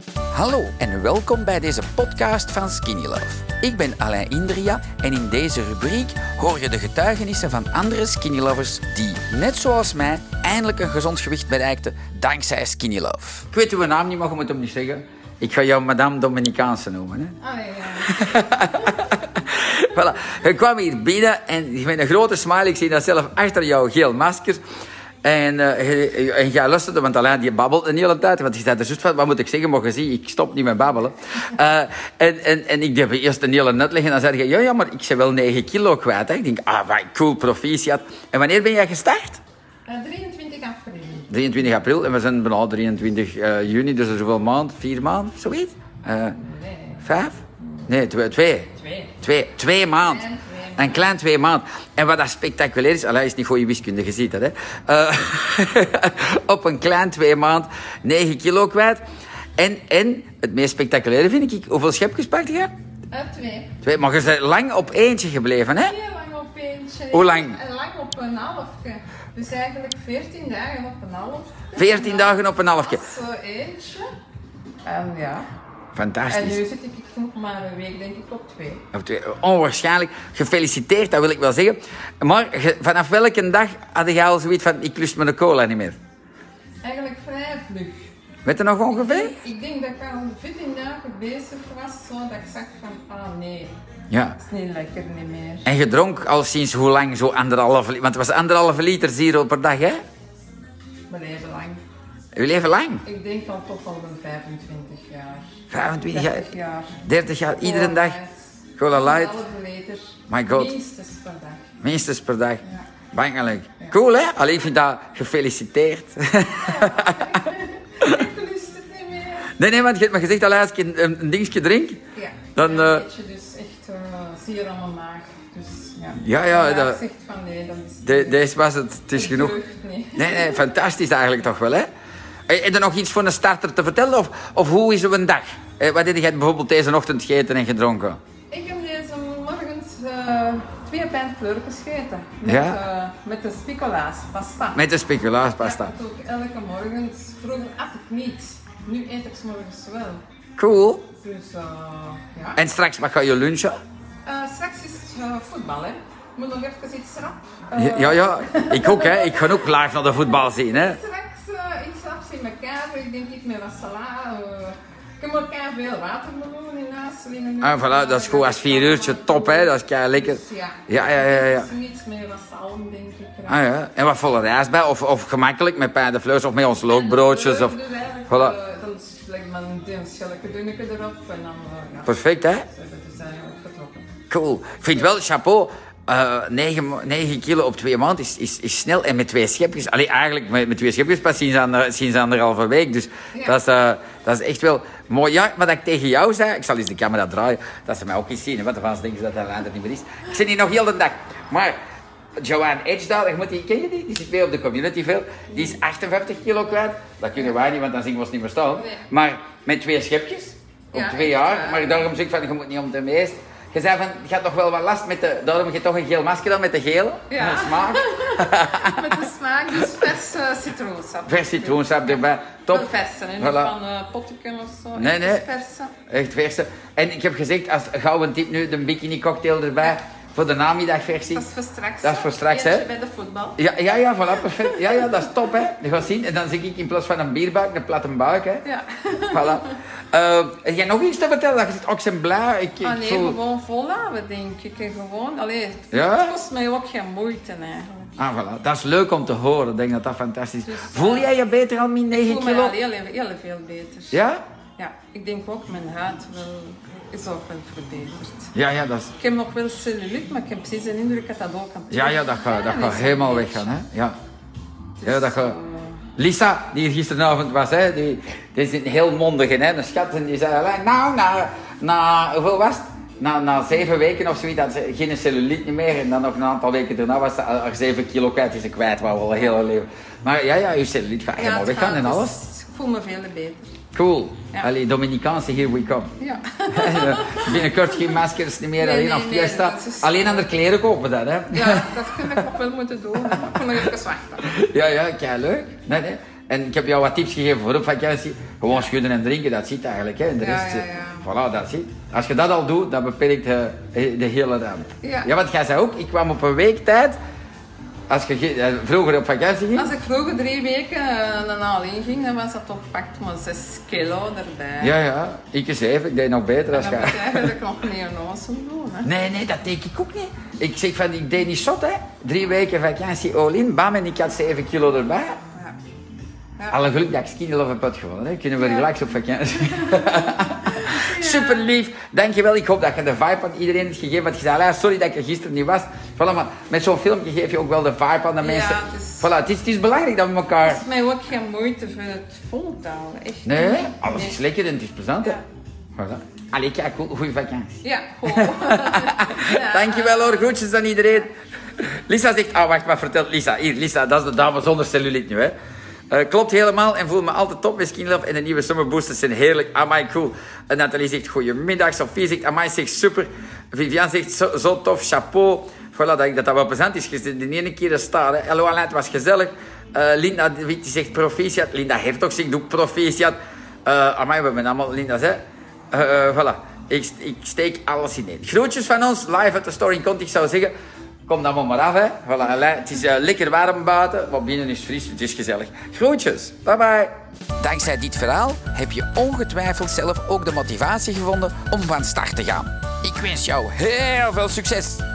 Hallo en welkom bij deze podcast van Skinny Love. Ik ben Alain Indria en in deze rubriek hoor je de getuigenissen van andere Skinny Lovers die, net zoals mij, eindelijk een gezond gewicht bereikten dankzij Skinny Love. Ik weet uw naam niet, maar je moet hem niet zeggen. Ik ga jou Madame Dominicaanse noemen. Hè? Ah, ja. Voilà. Je kwam hier binnen en met een grote smile, ik zie dat zelf achter jouw geel masker. En jij luisterde, want Alain die babbelt een hele tijd. Want je zei er juist van, wat moet ik zeggen? Maar je ziet, ik stop niet met babbelen. En ik deed eerst een hele nut leggen. En dan zei je, ja, maar ik ben wel 9 kilo kwijt. Hè. Ik denk, wat cool, proficiat. En wanneer ben jij gestart? 23 april. 23 april. En we zijn bijna 23 juni, dus dat is hoeveel maand? 4 maanden, zoiets? Nee. 5? Nee, 2 maanden. Een klein 2 maanden. En wat dat spectaculair is... Allee, is niet goede wiskunde, je ziet dat, hè. Op een klein 2 maanden 9 kilo kwijt. En het meest spectaculaire vind ik... Hoeveel schepjes pakte je? 2. Maar je bent lang op eentje gebleven, hè? Heel lang op eentje. Hoe lang? Lang op een halfje. Dus eigenlijk 14 dagen op een halfje. 14 dagen op een halfje. Zo eentje. En ja. Fantastisch. En nu zit ik nog maar een week, denk ik, op 2. Onwaarschijnlijk. Gefeliciteerd, dat wil ik wel zeggen. Maar vanaf welke dag had je al zoiets van... Ik lust mijn cola niet meer? Eigenlijk vrij vlug. Weet je nog ongeveer? Ik denk dat ik al 14 dagen bezig was, zo dat ik zag van, nee. Ja. Dat is niet lekker, niet meer. En je dronk al sinds hoe lang zo 1,5 liter? Want het was 1,5 liter zero per dag, hè? Mijn leven lang. Uw leven lang? Ik denk al toch al een 25 jaar. 25 jaar? 30 jaar. 30 jaar, iedere dag? Cola Light? 1,5 liter. My god. Minstens per dag. Minstens per dag. Ja. Bangelijk. Ja. Cool, hè? Allee, ik vind dat gefeliciteerd. Ik lust het niet meer. Nee, want je hebt me gezegd, allee, als ik een dingetje drink... Ja. Dan... Een beetje dus echt zeer aan mijn maag. Dus ja. Ja, mijn dat... maag zegt van nee, dat is... Deze was het. Het is genoeg. Nee, fantastisch eigenlijk toch wel, hè? Heb je nog iets voor een starter te vertellen? Of hoe is een dag? Wat heb jij bijvoorbeeld deze ochtend gegeten en gedronken? Ik heb deze morgens 2 pint fleur gegeten. Met de speculaas pasta. Met de speculaaspasta. Ja, dat doe ik elke morgen. Vroeger at ik niets. Nu eet ik 's morgens wel. Cool. Dus ja. En straks, wat ga je lunchen? Straks is het voetbal, hè. Ik moet nog even iets rap. Ja, ik ook, hè. Ik ga ook live naar de voetbal zien, hè. Straks iets raps in elkaar. Ik denk ik met wat salade. Ik heb elkaar veel watermeloen in naast. Voilà, dat is goed. Als 4 uurtje top, hè. Dat is kei lekker. Ja. Ja. Dus niets meer wat zalm, denk ik. Ja. En wat volle rijst bij? Of gemakkelijk met pain de fleurs of met ons lookbroodjes? Of... Voilà. Dan legt men een schelletje dunneke erop en dan... Ja. Perfect, hè? Dus zijn we vertrokken. Cool. Ik vind wel, chapeau... 9 kilo op 2 maanden is snel. En met 2 schepjes... Allee, eigenlijk met 2 schepjes pas sinds 1,5 week. Dus ja. Dat is echt wel mooi. Ja, wat ik tegen jou zei... Ik zal eens de camera draaien. Dat ze mij ook eens zien. Hè, want dan denken ze dat dat er niet meer is. Ik zit hier nog heel de dag. Maar... Joanne Edge daar, ken je die? Die zit weer op de community veel. Die is 58 kilo kwijt. Dat kunnen wij niet, want dan zien we ons niet meer staan. Nee. Maar met 2 schepjes. Op 2 jaar. Maar daarom zeg ik van, je moet niet om te meest. Je zei van, je had nog wel wat last met de... Daarom heb je toch een geel masker dan met de gele. Ja. Met de smaak. Met de smaak, dus vers citroensap. Vers citroensap erbij. Top. Wel verse, hè? Niet van pottenken of zo. Nee. Verse. Echt verse. En ik heb gezegd, als gouden tip nu, de bikini cocktail erbij. Voor de namiddagversie. Dat is voor straks. Dat is voor straks, hè? Bij de voetbal. Ja, voilà, perfect. Ja, dat is top, hè. Je gaat zien. En dan zeg ik in plaats van een bierbuik, een platte buik, hè. Ja. Voilà. Heb jij nog iets te vertellen? Dat je zegt, ik ben blij. Ik nee, voel... gewoon volhouden, denk ik. En gewoon, ja? Het kost mij ook geen moeite, eigenlijk. Voilà. Dat is leuk om te horen. Ik denk dat dat fantastisch is. Dus, voel jij je beter al min 9 kilo? Ik voel me al heel veel beter. Ja? Ja, ik denk ook mijn huid is ook wel verbeterd. Ja, dat is... Ik heb nog wel cellulite, maar ik heb precies de indruk dat dat ook kan. Ja, dat gaat helemaal weggaan, hè. Ja. Dus, ja, dat gaat... Lisa, die hier gisteravond was, hè, die is een heel mondige, hè, een schat. En die zei, na hoeveel was het? Na 7 weken of zoiets had ze geen cellulite meer. En dan nog een aantal weken daarna was ze er 7 kilo kwijt. Is ze kwijt, wou wel heel haar leven. Maar ja, je cellulite gaat helemaal weggaan en alles. Ik voel me veel beter. Cool. Ja. Allee, Dominicaanse, here we come. Ja. Binnenkort geen maskers meer, alleen aan fiesta. Nee, is... Alleen aan de kleren kopen dan, hè? Ja, dat kan ik nog wel moeten doen. Ik kan nog even wachten. Ja, kei leuk. Nee. En ik heb jou wat tips gegeven voor op vakantie. Gewoon schudden en drinken, dat zit eigenlijk. Hè. En de rest, voilà, dat zit. Als je dat al doet, dan beperkt de hele ramp. Ja, want jij zei ook, ik kwam op een week tijd. Als je vroeger op vakantie ging? Als ik vroeger 3 weken daarna alleen ging, dan was dat toch pakt maar 6 kilo erbij. Ja, ik 7, ik deed nog beter als jij. Dat betekent dat ik nog meer awesome doen, hè? Nee, dat denk ik ook niet. Ik zeg van, ik deed niet zot, hè. 3 weken vakantie all-in, bam, en ik had 7 kilo erbij. Ja. Alle geluk dat ik Skinny Love heb uitgevonden, hè. Kunnen we relaxen op vakantie. Super lief, dankjewel. Ik hoop dat je de vibe aan iedereen hebt gegeven. Want je zei, sorry dat ik er gisteren niet was. Voilà, maar met zo'n filmpje geef je ook wel de vibe aan de mensen. Voilà, het is belangrijk dat we elkaar... Het is mij ook geen moeite voor het voltalen, echt. Nee, alles is lekker en het is plezant, hè. Voilà. Allee, kijk, goeie vakantie. Ja, goed. Dankjewel hoor, groetjes aan iedereen. Lisa zegt, wacht, maar vertel Lisa. Hier, Lisa, dat is de dame zonder cellulite nu, hè. Klopt helemaal en voel me altijd top met Skinny Love en de nieuwe Summer Boosters zijn heerlijk. Amai, cool. En Nathalie zegt goedemiddag. Sophie zegt amai, zegt super. Vivian zegt zo tof, chapeau. Voilà, dat wel plezant is. De ene keer er staat. Hallo Alain, het was gezellig. Linda Witt zegt proficiat. Linda Hertog zegt doe proficiat. Amai, we hebben allemaal Linda's, hè. Voilà, ik steek alles in één. Groetjes van ons, live uit de Story in Kont. Ik zou zeggen... Kom dan maar af, hè. Voilà, het is lekker warm buiten, maar binnen is fris, het is gezellig. Groetjes, bye bye. Dankzij dit verhaal heb je ongetwijfeld zelf ook de motivatie gevonden om van start te gaan. Ik wens jou heel veel succes.